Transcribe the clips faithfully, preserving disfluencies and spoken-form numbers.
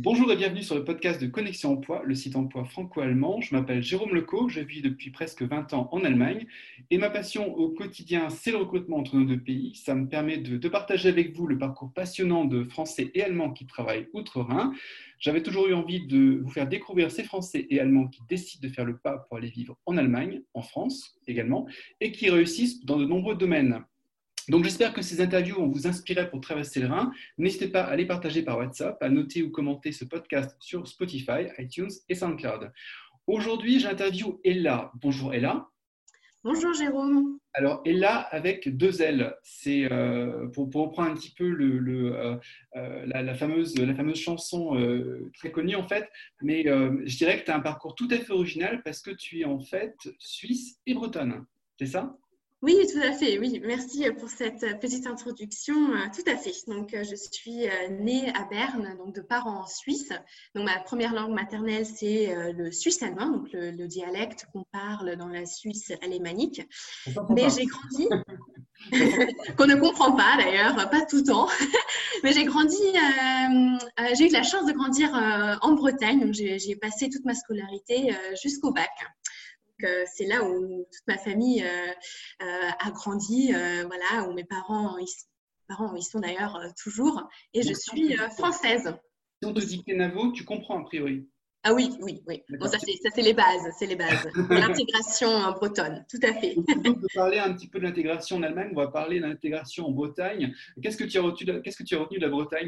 Bonjour et bienvenue sur le podcast de Connexion Emploi, le site emploi franco-allemand. Je m'appelle Jérôme Lecaux, je vis depuis presque vingt ans en Allemagne et ma passion au quotidien, c'est le recrutement entre nos deux pays. Ça me permet de, de partager avec vous le parcours passionnant de Français et Allemands qui travaillent outre-Rhin. J'avais toujours eu envie de vous faire découvrir ces Français et Allemands qui décident de faire le pas pour aller vivre en Allemagne, en France également, et qui réussissent dans de nombreux domaines. Donc j'espère que ces interviews vont vous inspirer pour traverser le Rhin. N'hésitez pas à les partager par WhatsApp, à noter ou commenter ce podcast sur Spotify, iTunes et SoundCloud. Aujourd'hui, j'interviewe Ella. Bonjour Ella. Bonjour Jérôme. Alors Ella avec deux L, c'est euh, pour, pour reprendre un petit peu le, le, euh, euh, la, la, fameuse, la fameuse chanson euh, très connue en fait, mais euh, je dirais que tu as un parcours tout à fait original parce que tu es en fait suisse et bretonne, c'est ça ? Oui, tout à fait. Oui, merci pour cette petite introduction. Tout à fait. Donc, je suis née à Berne, donc de parents suisses. Donc, ma première langue maternelle, c'est le suisse-allemand, donc le, le dialecte qu'on parle dans la Suisse alémanique. Mais j'ai grandi, qu'on ne comprend pas d'ailleurs, pas tout le temps. Mais j'ai grandi, euh, j'ai eu de la chance de grandir euh, en Bretagne. Donc, j'ai, j'ai passé toute ma scolarité euh, jusqu'au bac. C'est là où toute ma famille euh, euh, a grandi, euh, voilà, où mes parents, ils, parents, ils sont d'ailleurs euh, toujours, et je suis euh, française. Si on te dit Kenavo, tu comprends a priori. Ah oui, oui, oui. Bon, ça, c'est, ça, c'est les bases, c'est les bases. L'intégration euh, bretonne, tout à fait. Plutôt que de parler un petit peu de l'intégration en Allemagne, on va parler de l'intégration en Bretagne. Qu'est-ce que tu as retenu de, qu'est-ce que tu as retenu de la Bretagne ?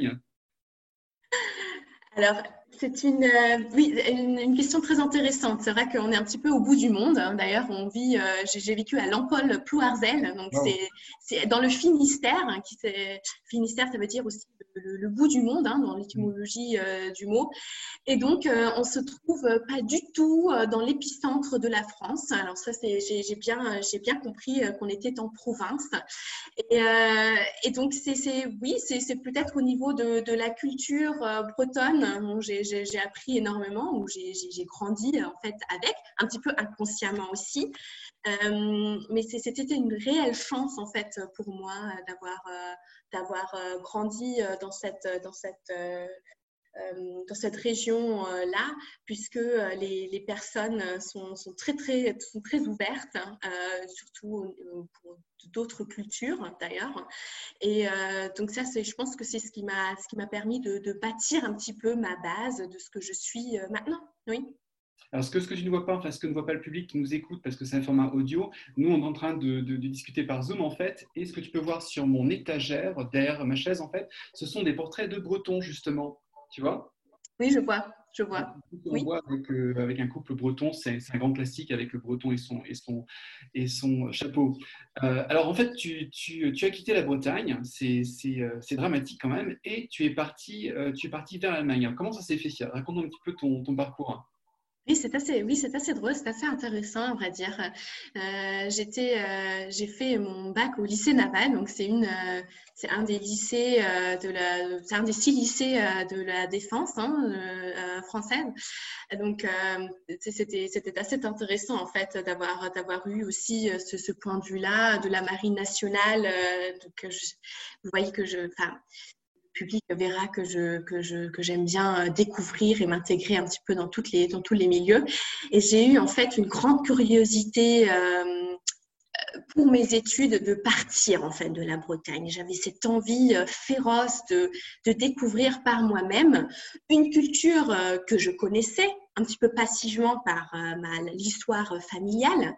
Alors, c'est une, euh, oui, une, une question très intéressante. C'est vrai qu'on est un petit peu au bout du monde. D'ailleurs, on vit, euh, j'ai, j'ai vécu à Lampol-Plouarzel, donc wow. c'est, c'est dans le Finistère. Hein, qui c'est, Finistère, ça veut dire aussi le, le bout du monde, hein, dans l'étymologie euh, du mot. Et donc, euh, on se trouve pas du tout dans l'épicentre de la France. Alors ça, c'est, j'ai, j'ai bien, j'ai bien compris qu'on était en province. Et, euh, et donc, c'est, c'est, oui, c'est, c'est peut-être au niveau de, de la culture euh, bretonne. Bon, j'ai, j'ai, j'ai appris énormément, où j'ai, j'ai, j'ai grandi en fait avec, un petit peu inconsciemment aussi. Euh, mais c'est, c'était une réelle chance en fait pour moi d'avoir, euh, d'avoir euh, grandi dans cette, dans cette euh, Euh, dans cette région-là, euh, puisque euh, les, les personnes sont, sont, très, très, sont très ouvertes, euh, surtout euh, pour d'autres cultures d'ailleurs. Et euh, donc ça, c'est, je pense que c'est ce qui m'a, ce qui m'a permis de, de bâtir un petit peu ma base de ce que je suis euh, maintenant. Oui. Alors, ce que, ce que tu ne vois pas, enfin, ce que ne voit pas le public qui nous écoute, parce que c'est un format audio, nous, on est en train de, de, de discuter par Zoom, en fait, et ce que tu peux voir sur mon étagère, derrière ma chaise, en fait, ce sont des portraits de Bretons, justement. Tu vois ? Oui, je vois, je vois. On oui. voit avec, euh, avec un couple breton, c'est, c'est un grand classique avec le breton et son, et son, et son chapeau. Euh, alors en fait, tu, tu, tu as quitté la Bretagne, c'est, c'est, c'est dramatique quand même, et tu es parti, euh, tu es parti vers l'Allemagne. Alors, comment ça s'est fait ? Raconte-nous un petit peu ton, ton parcours. Oui, c'est assez, oui, c'est assez drôle, c'est assez intéressant, à vrai dire. Euh, j'étais, euh, j'ai fait mon bac au lycée naval, donc c'est une, euh, c'est un des lycées euh, de la, c'est un des six lycées euh, de la défense hein, euh, française. Donc euh, c'était, c'était assez intéressant en fait d'avoir, d'avoir eu aussi ce, ce point de vue-là de la marine nationale. Euh, donc je, vous voyez que je, enfin. Public verra que, je, que, je, que j'aime bien découvrir et m'intégrer un petit peu dans, toutes les, dans tous les milieux. Et j'ai eu en fait une grande curiosité euh, pour mes études de partir en fait de la Bretagne. J'avais cette envie féroce de, de découvrir par moi-même une culture que je connaissais un petit peu passivement par euh, ma, l'histoire familiale,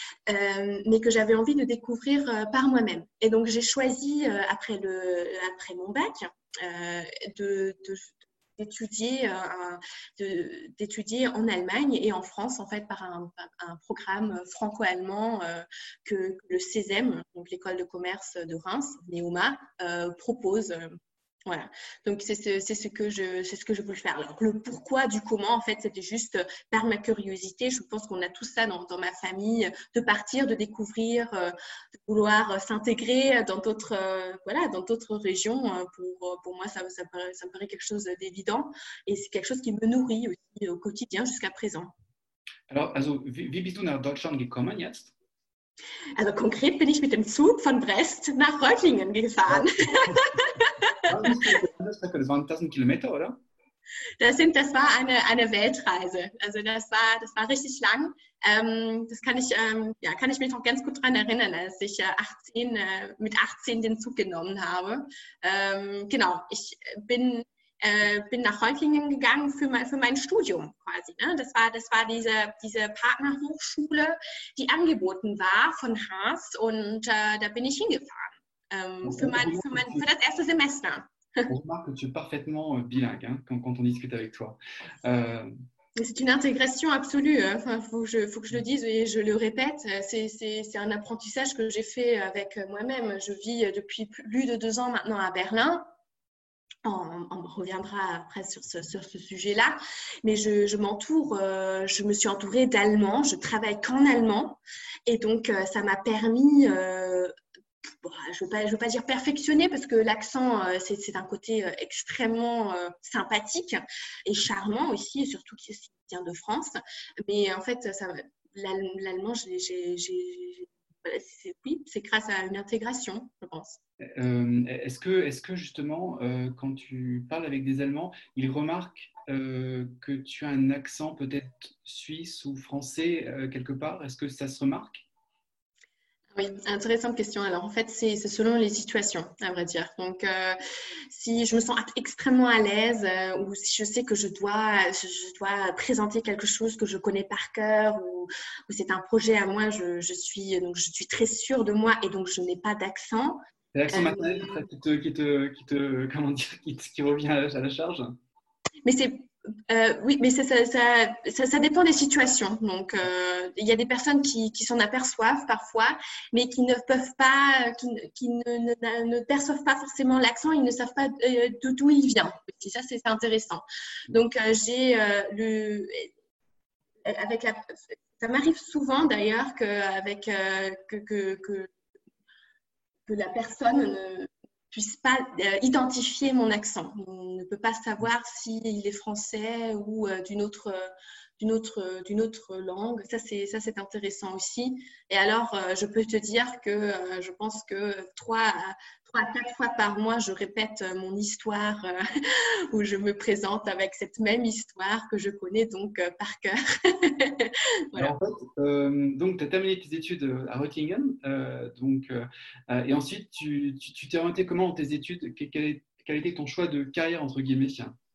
euh, mais que j'avais envie de découvrir euh, par moi-même. Et donc, j'ai choisi, euh, après, le, après mon bac, euh, de, de, d'étudier, euh, de, d'étudier en Allemagne et en France, en fait, par un, un programme franco-allemand euh, que le CESEM, donc l'école de commerce de Reims, Neoma, euh, propose. Euh, Voilà, donc c'est ce, c'est ce que je, c'est ce que je voulais faire. Alors, le pourquoi du comment, en fait, c'était juste par ma curiosité. Je pense qu'on a tout ça dans, dans ma famille, de partir, de découvrir, de vouloir s'intégrer dans d'autres, voilà, dans d'autres régions. Pour, pour moi, ça, ça, paraît, ça me paraît quelque chose d'évident et c'est quelque chose qui me nourrit aussi au quotidien jusqu'à présent. Alors, also, wie, wie bist du nach Deutschland gekommen jetzt? Also konkret bin ich mit dem Zug von Brest nach Reutlingen gefahren. Das waren tausend Kilometer, oder? Das, sind, das war eine, eine Weltreise. Also das war, das war richtig lang. Ähm, das kann ich, ähm, ja, kann ich mich noch ganz gut daran erinnern, als ich äh, achtzehn, äh, mit achtzehn den Zug genommen habe. Ähm, genau, ich bin, äh, bin nach Reutlingen gegangen für mein, für mein Studium quasi. Ne? Das war, das war diese, diese Partnerhochschule, die angeboten war von Haas, und äh, da bin ich hingefahren ähm, On, für, on mein, für, remarque mein, que für tu, das erste Semester. on remarque que tu es parfaitement euh, bilingue hein, quand, quand on discute avec toi. Euh, C'est une intégration absolue. Il enfin, faut, que je, faut que je le dise et je le répète. C'est, c'est, c'est un apprentissage que j'ai fait avec moi-même. Je vis depuis plus de deux ans maintenant à Berlin. On, on reviendra après sur ce, sur ce sujet-là. Mais je, je m'entoure, euh, je me suis entourée d'Allemands. Je travaille qu'en allemand. Et donc, euh, ça m'a permis... Euh, je ne veux, veux pas dire perfectionner parce que l'accent, euh, c'est, c'est un côté euh, extrêmement euh, sympathique et charmant aussi, et surtout qui vient de France. Mais en fait, ça, l'allemand, j'ai, j'ai, j'ai, c'est, oui, c'est grâce à une intégration, je pense. euh, est-ce que, est-ce que justement, euh, quand tu parles avec des Allemands, ils remarquent euh, que tu as un accent peut-être suisse ou français euh, quelque part? Est-ce que ça se remarque? Oui, intéressante question. Alors, en fait, c'est, c'est selon les situations, à vrai dire. Donc, euh, si je me sens extrêmement à l'aise euh, ou si je sais que je dois, je, je dois présenter quelque chose que je connais par cœur ou, ou c'est un projet à moi, je, je, suis, donc, je suis très sûre de moi et donc je n'ai pas d'accent. C'est l'accent Euh, maternel qui te, qui te, qui te, comment dire, qui, te- qui revient à la, à la charge? mais c'est euh, oui, mais ça, ça, ça, ça, ça dépend des situations. Donc, euh, il y a des personnes qui, qui s'en aperçoivent parfois, mais qui ne peuvent pas, qui, qui ne, ne, ne perçoivent pas forcément l'accent, ils ne savent pas euh, d'où il vient. Et ça, c'est intéressant. Donc, euh, j'ai euh, le, avec la, ça m'arrive souvent d'ailleurs que, avec, euh, que, que, que, que la personne ne puisse pas euh, identifier mon accent. On ne peut pas savoir s'il est français ou euh, d'une autre, euh, d'une autre, d'une autre langue. Ça, c'est, ça, c'est intéressant aussi. Et alors, euh, je peux te dire que euh, je pense que trois, trois à quatre fois par mois, je répète mon histoire euh, où je me présente avec cette même histoire que je connais donc euh, par cœur. Alors, Voilà. en fait, euh, donc, tu as terminé tes études à Reutlingen, euh, donc, euh, et ensuite, tu, tu, tu t'es orienté comment dans tes études? Quel, quel, quel était ton choix de carrière, entre guillemets?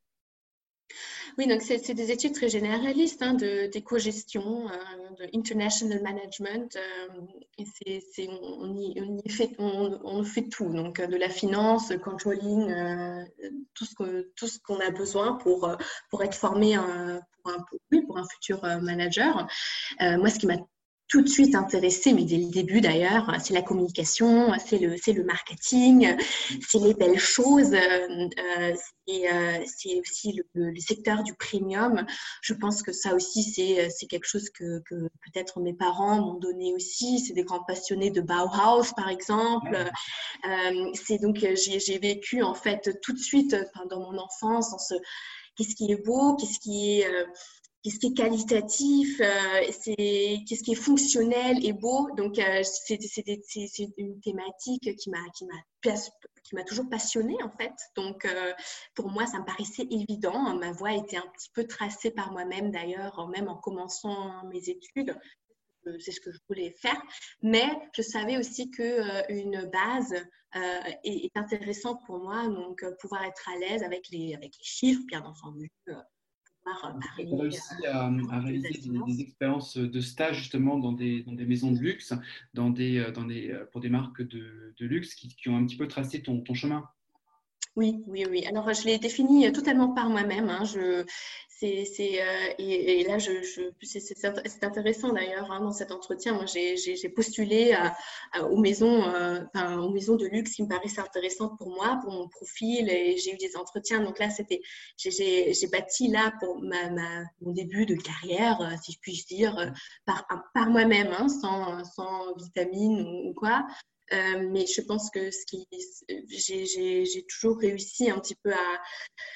Oui, donc c'est, c'est des études très généralistes hein, de, d'éco-gestion, euh, de international management. Euh, et c'est, c'est, on, y, on, y fait, on, on fait tout, donc de la finance, controlling, euh, tout, ce que, tout ce qu'on a besoin pour, pour être formé euh, pour, un, oui, pour un futur manager. Euh, moi, ce qui m'a tout de suite intéressée, mais dès le début d'ailleurs, c'est la communication, c'est le, c'est le marketing, c'est les belles choses, euh, c'est, euh, c'est aussi le, le secteur du premium. Je pense que ça aussi, c'est, c'est quelque chose que, que peut-être mes parents m'ont donné aussi. C'est des grands passionnés de Bauhaus, par exemple. Euh, c'est donc, j'ai, j'ai vécu en fait tout de suite dans mon enfance dans ce qu'est-ce qui est beau, qu'est-ce qui est... Euh, qu'est-ce qui est qualitatif, euh, c'est, qu'est-ce qui est fonctionnel et beau. Donc, euh, c'est, c'est, c'est, c'est une thématique qui m'a, qui m'a, qui m'a toujours passionnée, en fait. Donc, euh, pour moi, ça me paraissait évident. Ma voie était un petit peu tracée par moi-même, d'ailleurs, même en commençant mes études. C'est ce que je voulais faire. Mais je savais aussi qu'une euh, base euh, est, est intéressante pour moi. Donc, euh, pouvoir être à l'aise avec les, avec les chiffres, bien entendu. Euh, Tu as parler réussi à, à des réaliser des, des assurances. expériences de stage justement dans des, dans des maisons de luxe, dans des, dans des, pour des marques de, de luxe qui, qui ont un petit peu tracé ton, ton chemin. Oui, oui, oui. Alors, je l'ai défini totalement par moi-même. Hein. Je, c'est, c'est, euh, et, et là, je, je, c'est, c'est, c'est intéressant d'ailleurs hein, dans cet entretien. Moi, j'ai, j'ai, j'ai postulé à, à, aux, maisons, euh, enfin, aux maisons de luxe qui me paraissaient intéressantes pour moi, pour mon profil, et j'ai eu des entretiens. Donc là, c'était, j'ai, j'ai, j'ai bâti là pour ma, ma, mon début de carrière, si je puis dire, par, par moi-même, hein, sans, sans vitamines ou, ou quoi. Euh, mais je pense que ce qui, j'ai, j'ai, j'ai toujours réussi un petit peu à,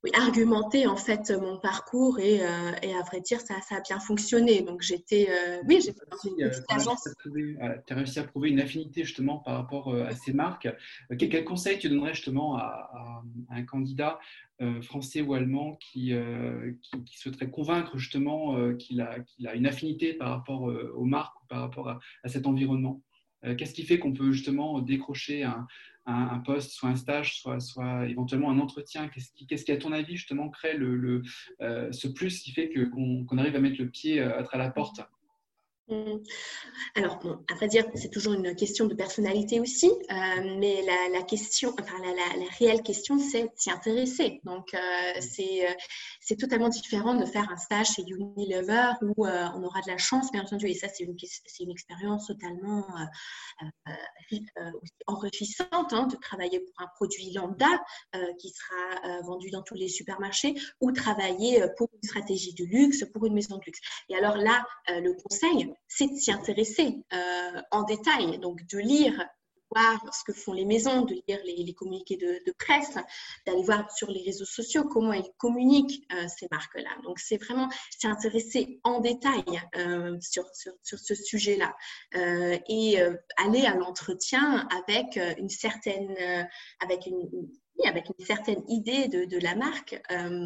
oui, argumenter en fait mon parcours et, euh, et à vrai dire, ça, ça a bien fonctionné. Donc, j'étais, euh, oui, j'étais dans Si une tu petite as réussi agence. à prouver, tu as réussi à prouver une affinité justement par rapport euh, à ces marques, euh, quel, quel conseil tu donnerais justement à, à- à un candidat euh, français ou allemand qui, euh, qui, qui souhaiterait convaincre justement euh, qu'il a, qu'il a une affinité par rapport euh, aux marques ou par rapport à, à cet environnement? Euh, Qu'est-ce qui fait qu'on peut justement décrocher un, un, un poste, soit un stage, soit, soit éventuellement un entretien? Qu'est-ce qui, qu'est-ce qui, à ton avis, justement, crée le, le, euh, ce plus qui fait que, qu'on, qu'on arrive à mettre le pied euh, à travers la porte? Mm. Alors, bon, à vrai dire, c'est toujours une question de personnalité aussi, euh, mais la, la question, enfin, la, la, la réelle question, c'est de s'y intéresser. Donc, euh, c'est, euh, c'est totalement différent de faire un stage chez Unilever où euh, on aura de la chance, bien entendu, et ça, c'est une, c'est une expérience totalement euh, euh, euh, enrichissante hein, de travailler pour un produit lambda euh, qui sera euh, vendu dans tous les supermarchés ou travailler pour une stratégie de luxe, pour une maison de luxe. Et alors là, euh, le conseil, c'est de s'y intéresser euh, en détail, donc de lire, voir ce que font les maisons, de lire les, les communiqués de, de presse, d'aller voir sur les réseaux sociaux comment ils communiquent euh, ces marques-là. Donc, c'est vraiment s'y intéresser en détail euh, sur, sur, sur ce sujet-là euh, et euh, aller à l'entretien avec une certaine, euh, avec une, une avec une certaine idée de, de la marque euh,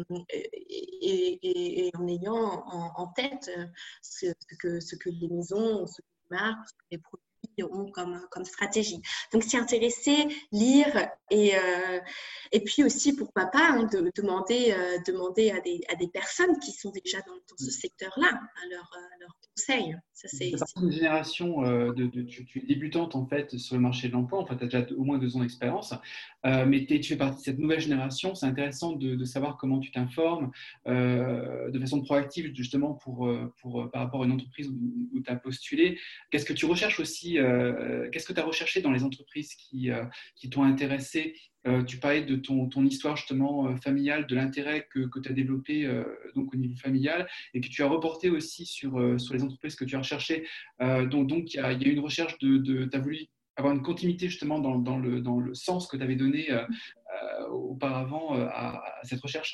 et, et, et, en ayant en, en tête ce, ce, que, ce que les maisons, ce que les marques, ce que les produits ont comme, comme stratégie. Donc, s'y intéresser, lire et, euh, et puis aussi, pourquoi pas, hein, de, demander, euh, demander à, des, à des personnes qui sont déjà dans, dans ce secteur-là à leur, à leur conseil. Ça, Tu c'est, fais partie d'une génération euh, de, de tu, tu es débutante en fait sur le marché de l'emploi, en fait, tu as déjà au moins deux ans d'expérience, euh, mais tu fais partie de cette nouvelle génération. C'est intéressant de, de savoir comment tu t'informes euh, de façon proactive justement pour, pour, par rapport à une entreprise où, où tu as postulé. Qu'est-ce que tu recherches aussi euh, Qu'est-ce que tu as recherché dans les entreprises qui, euh, qui t'ont intéressé? Euh, tu parlais de ton, ton histoire justement euh, familiale, de l'intérêt que, que tu as développé euh, donc au niveau familial et que tu as reporté aussi sur, euh, sur les entreprises que tu as recherchées. Euh, donc, donc, il y a, il y a une recherche de, de tu as voulu avoir une continuité justement dans, dans, le, dans le sens que tu avais donné euh, euh, auparavant euh, à, à cette recherche.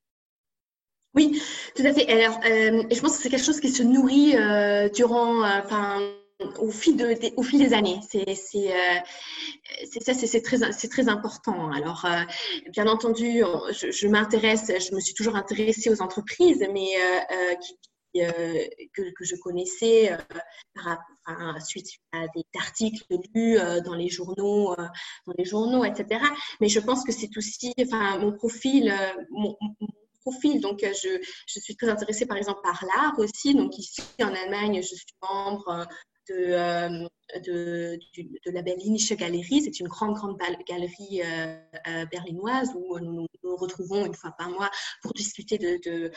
Oui, tout à fait. Alors, euh, je pense que c'est quelque chose qui se nourrit euh, durant, euh, enfin, au fil de, des, au fil des années. C'est, c'est, euh, c'est ça, c'est, c'est très, c'est très important. Alors, euh, bien entendu, je, je m'intéresse, je me suis toujours intéressée aux entreprises, mais euh, euh, qui, euh, que, que je connaissais euh, par, enfin, suite à des articles lus euh, dans les journaux, euh, dans les journaux, et cetera. Mais je pense que c'est aussi, enfin, mon profil, euh, mon, mon profil. Donc, je, je suis très intéressée, par exemple, par l'art aussi. Donc, ici, en Allemagne, je suis membre de, euh, de, du, de la Berlinische Galerie. C'est une grande, grande galerie euh, euh, berlinoise où nous nous, nous retrouvons une fois par mois pour discuter de, de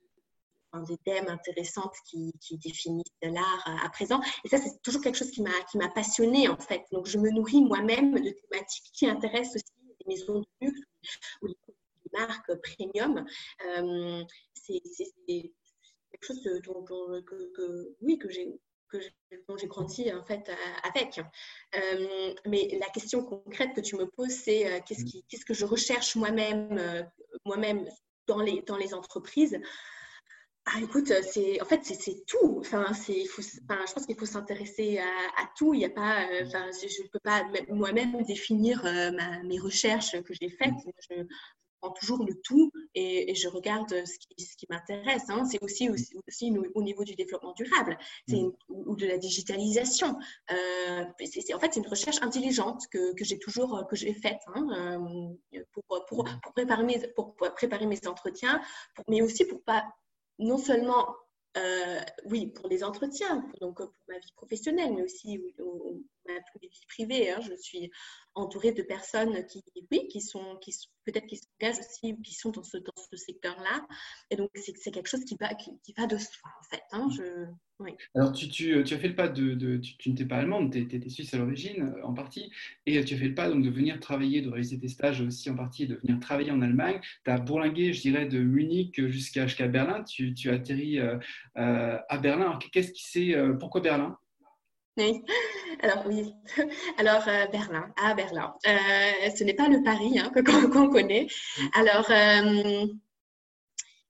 des thèmes intéressants qui, qui définissent l'art à, à présent. Et ça, c'est toujours quelque chose qui m'a, qui m'a passionnée, en fait. Donc, je me nourris moi-même de thématiques qui intéressent aussi les maisons de luxe ou les marques premium. Euh, c'est, c'est, c'est quelque chose de, dont, dont, que, que, oui, que j'ai que dont j'ai grandi en fait avec. Euh, mais la question concrète que tu me poses, c'est euh, qu'est-ce, qui, qu'est-ce que je recherche moi-même, euh, moi-même dans les, dans les entreprises. Ah, écoute, c'est, en fait, c'est, c'est tout. Enfin, c'est, il faut, enfin, je pense qu'il faut s'intéresser à, à tout. Il y a pas, euh, enfin, je ne peux pas moi-même définir euh, ma, mes recherches que j'ai faites. Je, prends toujours le tout et, et je regarde ce qui, ce qui m'intéresse. Hein. C'est aussi, aussi, aussi au niveau du développement durable c'est une, ou de la digitalisation. Euh, c'est, c'est, en fait, c'est une recherche intelligente que, que j'ai toujours que j'ai faite hein, pour, pour, pour, préparer mes, pour préparer mes entretiens, pour, mais aussi pour pas non seulement euh, oui, pour les entretiens, pour, donc, pour ma vie professionnelle, mais aussi pour ma vie privée. Hein. Je suis entourée de personnes qui, oui, qui sont, qui sont peut-être qui s'engagent aussi, qui sont dans ce, dans ce secteur-là. Et donc, c'est, c'est quelque chose qui va, qui, qui va de soi, en fait. Hein. Je, oui. Alors, tu, tu, tu as fait le pas de, de tu, tu n'étais pas allemande, tu étais suisse à l'origine, en partie, et tu as fait le pas donc, de venir travailler, de réaliser tes stages aussi en partie, et de venir travailler en Allemagne. Tu as bourlingué, je dirais, de Munich jusqu'à, jusqu'à Berlin. Tu, tu as atterri euh, euh, à Berlin. Alors, qu'est-ce qui c'est, euh, pourquoi Berlin? Oui, alors oui, alors euh, Berlin, ah Berlin, euh, ce n'est pas le Paris hein, qu'on, qu'on connaît. Alors, euh,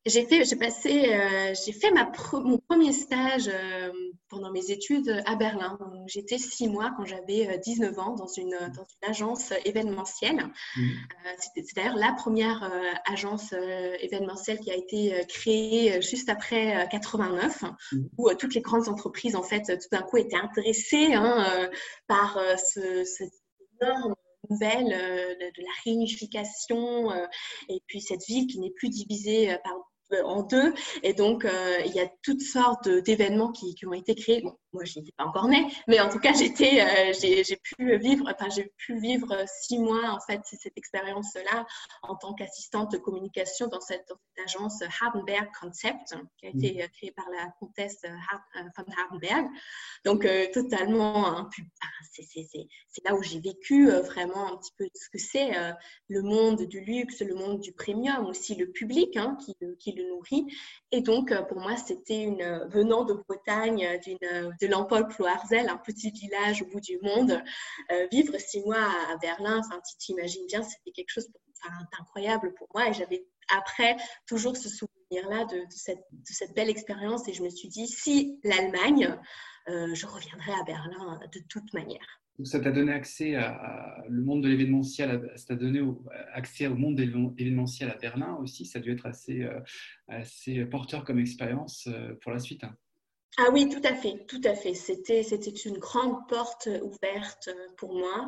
J'ai fait, j'ai passé, euh, j'ai fait ma pre- mon premier stage euh, pendant mes études à Berlin. Donc, j'étais six mois quand j'avais euh, dix-neuf ans dans une, dans une agence événementielle. Mhm. Euh, c'était- c'est d'ailleurs la première euh, agence euh, événementielle qui a été euh, créée euh, juste après euh, quatre-vingt-neuf, Mhm. où euh, toutes les grandes entreprises, en fait, tout d'un coup étaient intéressées hein, euh, par euh, ce, cette énorme nouvelle euh, de, de la réunification euh, et puis cette ville qui n'est plus divisée euh, par en deux. Et donc, euh, il y a toutes sortes d'événements qui, qui ont été créés. Bon, moi, je n'étais pas encore née, mais en tout cas, j'étais, euh, j'ai, j'ai pu vivre, enfin, j'ai pu vivre six mois, en fait, cette expérience-là en tant qu'assistante de communication dans cette, dans cette agence Hardenberg Concept, qui a Mhm. été créée par la comtesse von Hardenberg. Donc, euh, totalement, hein, c'est, c'est, c'est, c'est là où j'ai vécu euh, vraiment un petit peu ce que c'est euh, le monde du luxe, le monde du premium, aussi le public hein, qui, qui le nourrit. Et donc, euh, pour moi, c'était une, venant de Bretagne, d'une, de Lampol-Ploarzel, un petit village au bout du monde, euh, vivre six mois à, à Berlin, enfin, tu t'imagines bien, c'était quelque chose enfin, d'incroyable pour moi. Et j'avais après toujours ce souvenir-là de, de, cette, de cette belle expérience. Et je me suis dit, si l'Allemagne, euh, je reviendrai à Berlin de toute manière. Donc, ça t'a donné accès à, à le monde de l'événementiel, à- ça t'a donné au- accès au monde événement- événementiel à Berlin aussi. Ça a dû être assez, euh, assez porteur comme expérience euh, pour la suite, hein. Ah oui, tout à fait, tout à fait. C'était, c'était une grande porte ouverte pour moi.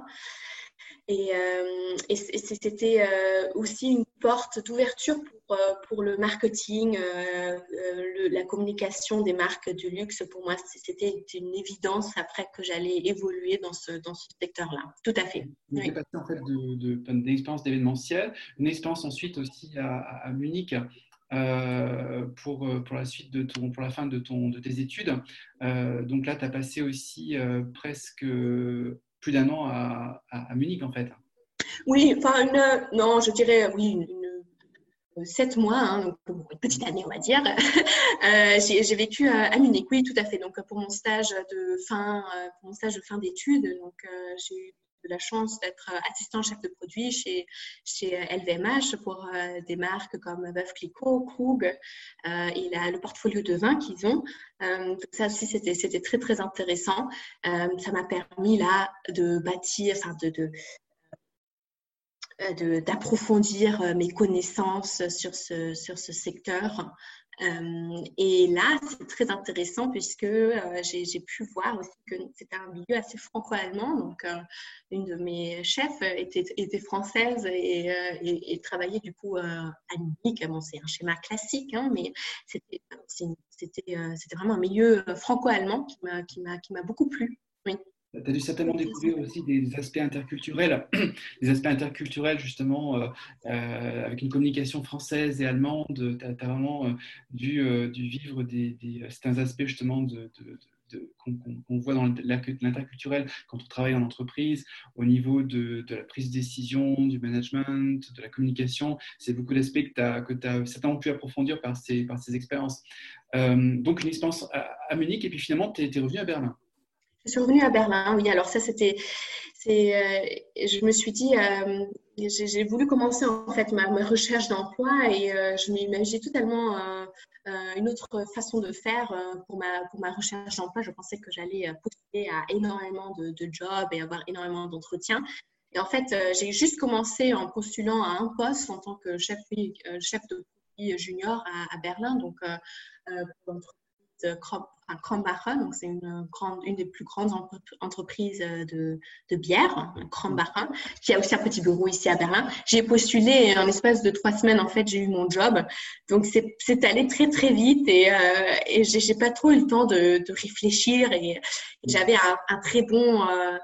Et, euh, et c'était euh, aussi une porte d'ouverture pour, euh, pour le marketing, euh, le, la communication des marques de luxe. Pour moi, c'était une évidence après que j'allais évoluer dans ce, dans ce secteur-là. Tout à fait. Donc, tu es Oui. passé en fait de, de, d'une expérience d'événementiel, une expérience ensuite aussi à, à Munich euh, pour, pour la suite de ton, pour la fin de, ton, de tes études. Euh, donc là, tu as passé aussi euh, presque plus d'un an à, à, à Munich en fait. Oui, enfin, une, non, je dirais, oui, une, une, sept mois, hein, donc une petite année, on va dire. Euh, j'ai, j'ai vécu à, à Munich, oui, tout à fait. Donc, pour mon stage de fin, euh, pour mon stage de fin d'études, donc euh, j'ai eu de la chance d'être assistant chef de produit chez, chez L V M H pour euh, des marques comme Veuve Clicquot, Krug euh, et la, le portfolio de vins qu'ils ont. Euh, donc ça aussi, c'était, c'était très, très intéressant. Euh, ça m'a permis là de bâtir, enfin de, de de, d'approfondir mes connaissances sur ce, sur ce secteur. Euh, et là, c'est très intéressant puisque euh, j'ai, j'ai pu voir aussi que c'était un milieu assez franco-allemand. Donc, euh, une de mes chefs était, était française et, euh, et, et travaillait du coup euh, à Munich. Bon, c'est un schéma classique, hein, mais c'était, c'était, euh, c'était vraiment un milieu franco-allemand qui m'a, qui m'a, qui m'a beaucoup plu. Oui. Tu as dû certainement découvrir aussi des aspects interculturels, des aspects interculturels justement euh, euh, avec une communication française et allemande. Tu as, vraiment euh, dû, euh, dû vivre des, des, certains aspects justement de, de, de, qu'on, qu'on voit dans l'interculturel quand on travaille en entreprise, au niveau de, de la prise de décision, du management, de la communication. C'est beaucoup d'aspects que tu as certainement pu approfondir par ces, par ces expériences. Euh, donc une expérience à, à Munich et puis finalement tu es revenu à Berlin. Je suis revenue à Berlin, oui. Alors ça, c'était, c'est, euh, je me suis dit, euh, j'ai, j'ai voulu commencer en fait ma, ma recherche d'emploi et euh, je m'imaginais totalement euh, euh, une autre façon de faire euh, pour ma pour ma recherche d'emploi. Je pensais que j'allais postuler à énormément de, de jobs et avoir énormément d'entretiens. Et en fait, euh, j'ai juste commencé en postulant à un poste en tant que chef, euh, chef de produit junior à, à Berlin, donc euh, euh, pour l'entreprise Krombacher, donc c'est une, grande, une des plus grandes entreprises de, de bière, Krombacher, qui a aussi un petit bureau ici à Berlin. J'ai postulé et en espace de trois semaines, en fait, j'ai eu mon job. Donc, c'est, c'est allé très, très vite et, euh, et j'ai, j'ai pas trop eu le temps de, de réfléchir et, et j'avais un, un très bon... Euh,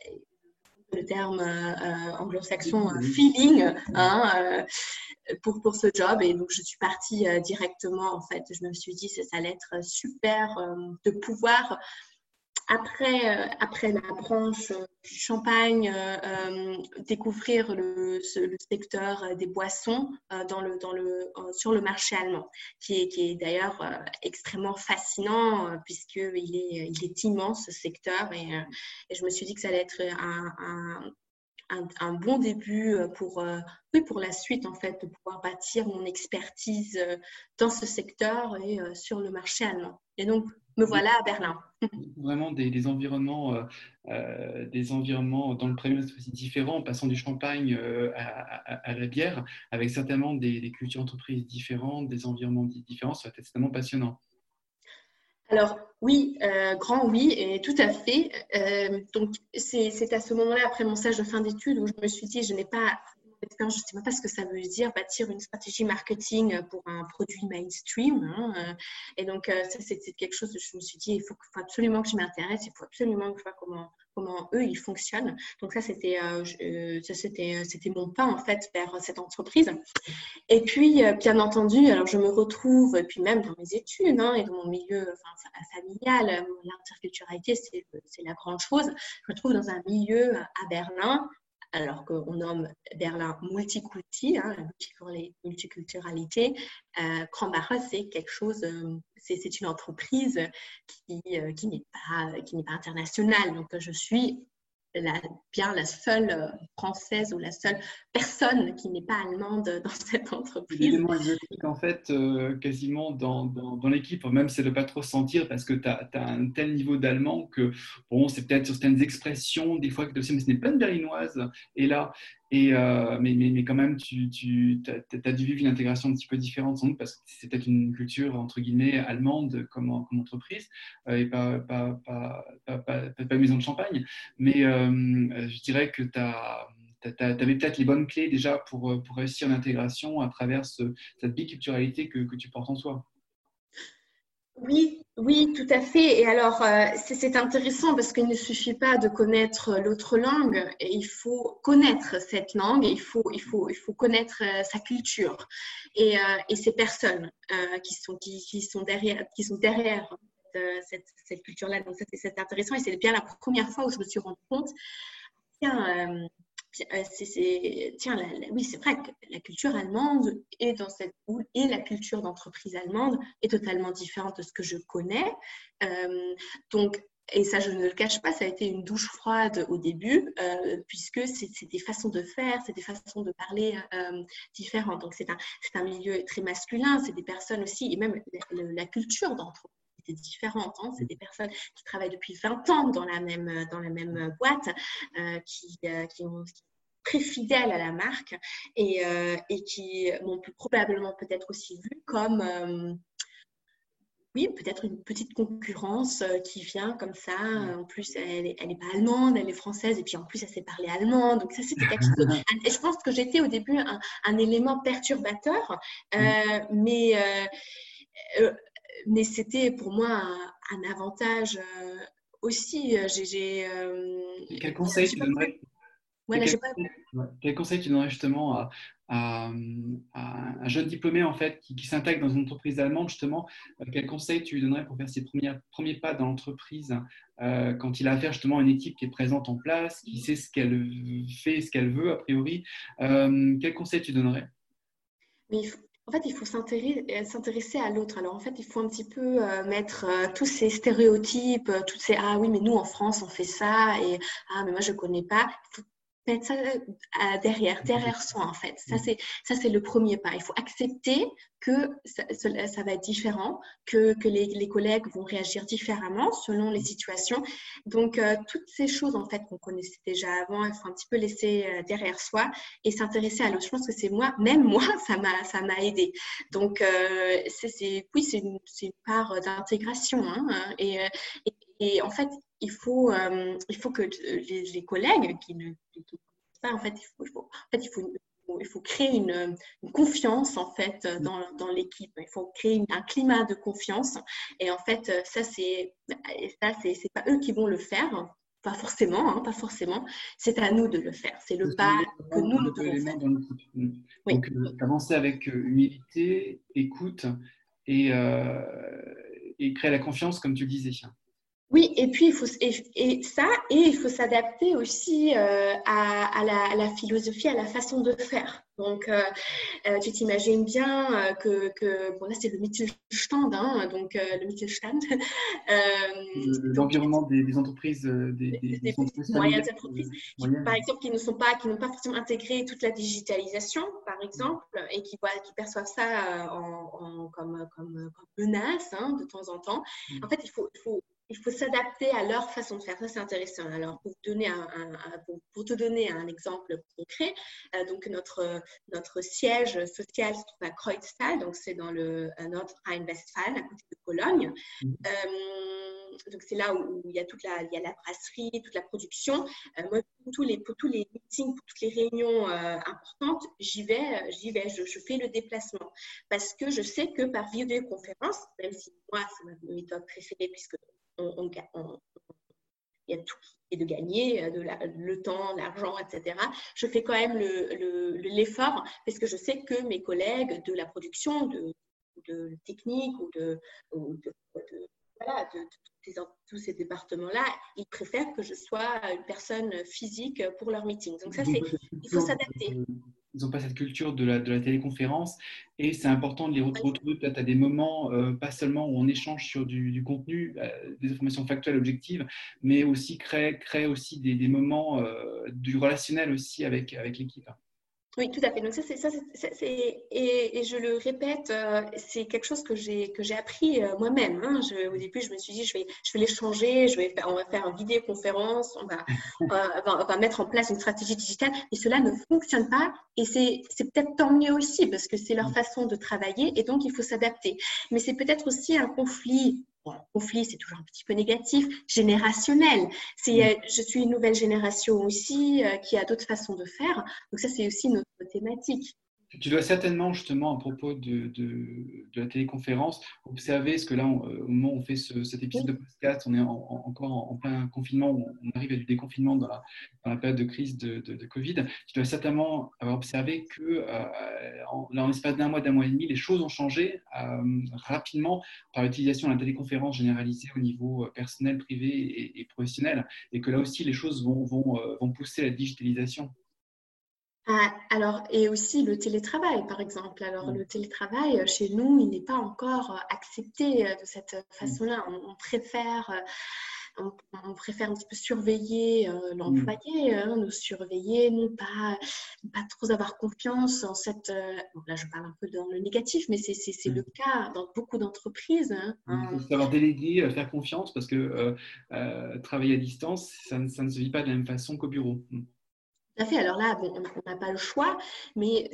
le terme euh, anglo-saxon euh, feeling hein, euh, pour, pour ce job et donc je suis partie euh, directement en fait, je me suis dit que ça allait être super euh, de pouvoir après, euh, après la branche euh, du champagne, euh, euh, découvrir le, ce, le secteur des boissons euh, dans le, dans le, euh, sur le marché allemand, qui est, qui est d'ailleurs euh, extrêmement fascinant euh, puisqu'il est, il est immense ce secteur et, euh, et je me suis dit que ça allait être un, un un, un bon début pour, euh, oui, pour la suite, en fait, de pouvoir bâtir mon expertise euh, dans ce secteur et euh, sur le marché allemand. Et donc, me voilà à Berlin. Vraiment des, des environnements, euh, euh, des environnements dans le premium aussi différents, en passant du champagne euh, à, à, à la bière, avec certainement des, des cultures d'entreprise différentes, des environnements différents. Ça va être extrêmement passionnant. Alors oui, euh, grand oui, et tout à fait. Euh, donc c'est, c'est à ce moment-là, après mon stage de fin d'études, où je me suis dit, je n'ai pas d'expérience, je ne sais même pas ce que ça veut dire, bâtir une stratégie marketing pour un produit mainstream. Hein, euh, et donc euh, ça, c'était quelque chose que je me suis dit, il faut, faut absolument que je m'intéresse, il faut absolument que je vois comment, comment eux, ils fonctionnent. Donc ça, c'était, euh, je, ça, c'était, c'était mon pas, en fait, vers cette entreprise. Et puis, euh, bien entendu, alors je me retrouve, et puis même dans mes études hein, et dans mon milieu enfin, familial, euh, l'interculturalité, c'est, c'est la grande chose. Je me trouve dans un milieu à Berlin, alors qu'on nomme Berlin multiculti, hein, la multiculturalité. Euh, Krombacher, c'est quelque chose, euh, c'est, c'est une entreprise qui, euh, qui, n'est pas, qui n'est pas internationale. Donc, je suis la, bien la seule française ou la seule personne qui n'est pas allemande dans cette entreprise. L'élément exotique, en fait, euh, quasiment dans, dans, dans l'équipe, même c'est de ne pas trop se sentir parce que tu as un tel niveau d'allemand que, bon, c'est peut-être sur certaines expressions, des fois que mais ce n'est pas une berlinoise, et là, et, euh, mais, mais, mais quand même, tu, tu as, as dû vivre une intégration un petit peu différente, sans doute, parce que c'est peut-être une culture, entre guillemets, allemande comme, comme entreprise, euh, et pas, pas, pas, pas, pas, pas, pas maison de champagne, mais euh, je dirais que tu as tu avais peut-être les bonnes clés déjà pour, pour réussir l'intégration à travers ce, cette biculturalité que, que tu portes en soi. Oui, oui, tout à fait. Et alors, euh, c'est, c'est intéressant parce qu'il ne suffit pas de connaître l'autre langue, et il faut connaître cette langue, et il faut, il faut, il faut connaître euh, sa culture et, euh, et ces personnes euh, qui, sont, qui, qui sont derrière, qui sont derrière euh, cette, cette culture-là. Donc, ça, c'est, c'est intéressant et c'est bien la première fois où je me suis rendu compte. Tiens, euh, c'est, c'est, tiens la, la, oui, c'est vrai que la culture allemande est dans cette boule et la culture d'entreprise allemande est totalement différente de ce que je connais. Euh, donc, et ça, je ne le cache pas, ça a été une douche froide au début, euh, puisque c'est, c'est des façons de faire, c'est des façons de parler euh, différentes. Donc, c'est un, c'est un milieu très masculin, c'est des personnes aussi, et même la, la culture d'entreprise est différente. Hein. C'est des personnes qui travaillent depuis vingt ans dans la même, dans la même boîte, euh, qui, euh, qui ont très fidèles à la marque et, euh, et qui m'ont probablement peut-être aussi vu comme, euh, oui, peut-être une petite concurrence euh, qui vient comme ça. En plus, elle n'est elle est pas allemande, elle est française et puis en plus, elle sait parler allemand. Donc ça, c'était quelque chose. De... Et je pense que j'étais au début un, un élément perturbateur, euh, mais... Euh, euh, mais c'était pour moi un, un avantage euh, aussi. J'ai, j'ai, euh, Quel conseil tu donnerais voilà, quel, j'ai pas... ouais. Quel conseil tu donnerais justement à, à, à un jeune diplômé en fait qui, qui s'intègre dans une entreprise allemande justement? Quel conseil tu lui donnerais pour faire ses premiers, premiers pas dans l'entreprise euh, quand il a affaire justement à une équipe qui est présente en place, qui sait ce qu'elle fait, ce qu'elle veut a priori? Euh, quel conseil tu donnerais? Mais il faut, en fait, il faut s'intéresser, s'intéresser à l'autre. Alors, en fait, il faut un petit peu euh, mettre euh, tous ces stéréotypes, euh, toutes ces «Ah oui, mais nous, en France, on fait ça» et «Ah, mais moi, je ne connais pas». Il faut mettre ça euh, derrière, derrière soi, en fait. Ça, c'est, ça, c'est le premier pas. Il faut accepter que ça, ça va être différent, que, que les, les collègues vont réagir différemment selon les situations. Donc, euh, toutes ces choses, en fait, qu'on connaissait déjà avant, il faut un petit peu laisser euh, derrière soi et s'intéresser à l'autre. Je pense que c'est moi, même moi, ça m'a, ça m'a aidé. Donc, euh, c'est, c'est, oui, c'est une, c'est une part d'intégration. Hein, et, et, et en fait, il faut, euh, il faut que les, les collègues qui ne qui, pas, en fait, il faut, il faut, en fait, il faut, il faut créer une, une confiance en fait dans, dans l'équipe. Il faut créer une, un climat de confiance. Et en fait, ça, c'est, ça, c'est, c'est pas eux qui vont le faire. Pas forcément, hein, pas forcément. C'est à nous de le faire. C'est le pas que nous, nous devons faire. Dans l'équipe. Oui. Donc, euh, avancer avec humilité, écoute et, euh, et créer la confiance, comme tu le disais. Oui, et puis il faut et, et ça, et il faut s'adapter aussi euh, à, à, la, à la philosophie, à la façon de faire. Donc, euh, euh, tu t'imagines bien euh, que, que, bon là c'est le Mittelstand, hein, donc euh, le Mittelstand. Euh, donc, L'environnement des, des entreprises, euh, des, des, des des petites entreprises moyennes familiales entreprises euh, qui, par moyennes. exemple, qui ne sont pas, qui n'ont pas forcément intégré toute la digitalisation, par exemple, et qui, voilà, qui perçoivent ça en, en, comme, comme, comme menace hein, de temps en temps. En fait, il faut, il faut, il faut s'adapter à leur façon de faire. Ça, c'est intéressant. Alors, pour, donner un, un, un, pour, pour te donner un exemple concret, euh, donc notre, notre siège social se trouve à Kreuztal, donc c'est dans le Nord-Rhein-Westphalen, à côté de Cologne. Euh, donc c'est là où il y a toute la, il y a la brasserie, toute la production. Euh, moi, pour tous les, pour tous les meetings, pour toutes les réunions euh, importantes, j'y vais, j'y vais, je, je fais le déplacement parce que je sais que par vidéoconférence, même si moi c'est ma méthode préférée puisque on, on, on, il y a tout qui est de gagner, de la, le temps, l'argent, et cetera. Je fais quand même le, le, l'effort parce que je sais que mes collègues de la production, de, de technique ou de, ou de, de voilà, de, de, de, de tous ces départements-là, ils préfèrent que je sois une personne physique pour leur meeting. Donc ça, Ils n'ont c'est, pas cette il faut culture s'adapter. de, ils ont pas cette culture de la, de la téléconférence et c'est important de les retrouver peut-être à des moments, euh, pas seulement où on échange sur du, du contenu, euh, des informations factuelles objectives, mais aussi créer, créer aussi des, des moments euh, du relationnel aussi avec, avec l'équipe. Oui, tout à fait. Donc ça, c'est ça, c'est, c'est, et, et je le répète, euh, c'est quelque chose que j'ai que j'ai appris euh, moi-même. Hein. Je, au début, je me suis dit, je vais, je vais les changer, je vais faire, on va faire une vidéoconférence, on va, euh, on va, on va mettre en place une stratégie digitale, et cela ne fonctionne pas. Et c'est, c'est peut-être tant mieux aussi parce que c'est leur façon de travailler, et donc il faut s'adapter. Mais c'est peut-être aussi un conflit. Bon, le conflit, c'est toujours un petit peu négatif, générationnel. C'est, euh, je suis une nouvelle génération aussi euh, qui a d'autres façons de faire. Donc ça, c'est aussi notre thématique. Tu dois certainement, justement, à propos de, de, de la téléconférence, observer, ce que là, on, au moment où on fait ce, cet épisode Oui. de podcast, on est en, en, encore en, en, plein confinement, on arrive à du déconfinement dans la, dans la période de crise de, de, de Covid. Tu dois certainement avoir observé que, euh, en, là, en l'espace d'un mois, d'un mois et demi, les choses ont changé euh, rapidement par l'utilisation de la téléconférence généralisée au niveau personnel, privé et, et professionnel, et que là aussi, les choses vont, vont, euh, vont pousser la digitalisation. Ah, alors, et aussi le télétravail, par exemple. Alors, le télétravail, chez nous, il n'est pas encore accepté de cette façon-là. On, on préfère, on, on préfère un petit peu surveiller euh, l'employé, hein, nous surveiller, non pas, pas trop avoir confiance en cette... Euh, bon, là, je parle un peu dans le négatif, mais c'est, c'est, c'est le cas dans beaucoup d'entreprises. Hein, Il faut hein. savoir déléguer, euh, faire confiance parce que euh, euh, travailler à distance, ça ne, ça ne se vit pas de la même façon qu'au bureau. Tout à fait. Alors là, bon, on n'a pas le choix, mais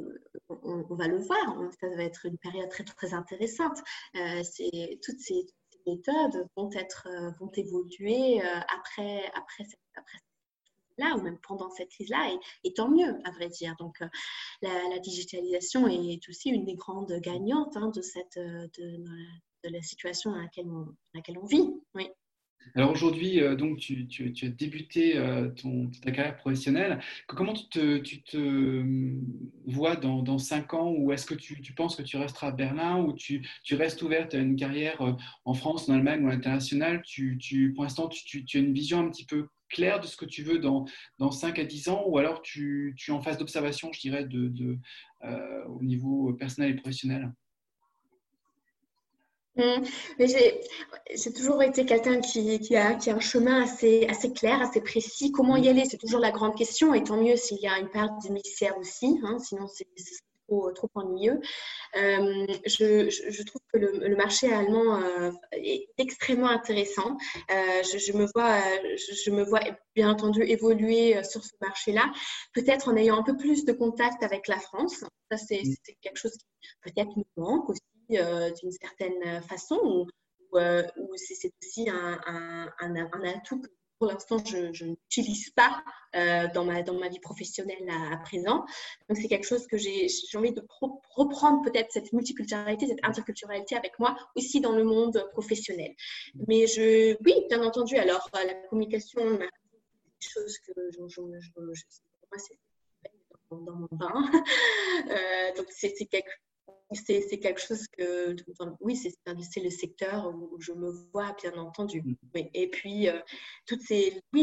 on, on, va le voir. Ça va être une période très, très intéressante. Euh, c'est, toutes, ces, toutes, ces, méthodes vont, être, vont évoluer euh, après, après, cette, après là ou même pendant cette crise-là, et, et tant mieux, à vrai dire. Donc, euh, la, la digitalisation est aussi une des grandes gagnantes hein, de, cette, de, de, la situation dans laquelle on, dans laquelle on vit. Oui. Alors aujourd'hui, euh, donc tu, tu, tu as débuté euh, ton, ta carrière professionnelle. Comment tu te, tu te euh, vois dans, dans cinq ans? Ou est-ce que tu, tu penses que tu resteras à Berlin ou tu, tu restes ouverte à une carrière euh, en France, en Allemagne ou à l'international? Tu, tu, pour l'instant, tu, tu, tu as une vision un petit peu claire de ce que tu veux dans, dans cinq à dix ans ou alors tu, tu es en phase d'observation, je dirais, de, de, euh, au niveau personnel et professionnel? Mmh. Mais j'ai, j'ai toujours été quelqu'un qui, qui, a, qui a un chemin assez, assez clair, assez précis. Comment y aller, c'est toujours la grande question. Et tant mieux s'il y a une période judiciaire aussi, hein, sinon c'est, c'est trop, trop ennuyeux. Euh, je, je, je trouve que le, le marché allemand euh, est extrêmement intéressant. Euh, je, je, me vois, je, je me vois bien entendu évoluer sur ce marché-là, peut-être en ayant un peu plus de contact avec la France. Ça, c'est, c'est quelque chose qui peut-être nous manque aussi. Euh, d'une certaine façon, ou, ou, euh, ou c'est, c'est aussi un, un, un, un atout que pour l'instant je, je n'utilise pas euh, dans, ma, dans ma vie professionnelle à, à présent. Donc c'est quelque chose que j'ai, j'ai envie de pro- reprendre peut-être cette multiculturalité, cette interculturalité avec moi aussi dans le monde professionnel. Mais je, oui, bien entendu, alors la communication, des choses que je, je, je, je, pour moi c'est dans, dans mon bain. Euh, donc c'est, c'est quelque c'est, c'est quelque chose que, oui, c'est, c'est le secteur où je me vois, bien entendu. Oui. Et puis, euh, toutes ces, oui,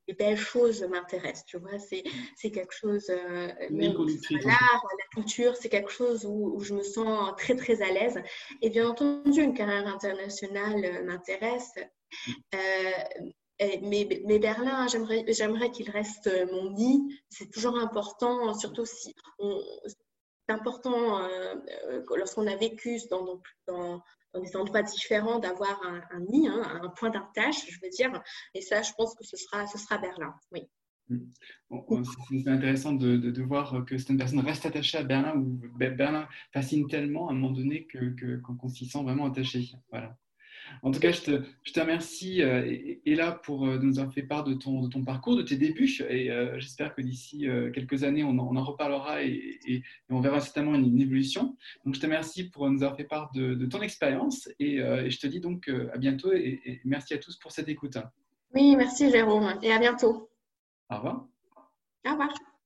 les belles choses m'intéressent, tu vois. C'est, c'est quelque chose, euh, Une ligne même que ce conductrice, soit en fait. l'art, la culture, c'est quelque chose où, où je me sens très, très à l'aise. Et bien entendu, une carrière internationale euh, m'intéresse. Euh, et- mais, mais Berlin, j'aimerais, j'aimerais qu'il reste euh, mon nid. C'est toujours important, surtout si on, c'est important euh, euh, lorsqu'on a vécu dans, dans, dans, dans des endroits différents d'avoir un, un nid, hein, un point d'attache, je veux dire. Et ça, je pense que ce sera, ce sera Berlin. Oui. Mm. Bon, c'est c'est intéressant de, de, de voir que certaines personnes restent attachées à Berlin ou Be- Berlin fascine tellement à un moment donné que, que, qu'on qu'on s'y sent vraiment attaché. Voilà. En tout cas, je te, je te remercie, euh, et, et là pour euh, nous avoir fait part de ton, de ton parcours, de tes débuts. Et euh, j'espère que d'ici euh, quelques années, on en, on en reparlera et, et- et on verra certainement une, une évolution. Donc, je te remercie pour nous avoir fait part de, de ton expérience. Et, euh, et je te dis donc euh, à bientôt et, et merci à tous pour cette écoute. Oui, merci Jérôme et à bientôt. Au revoir. Au revoir.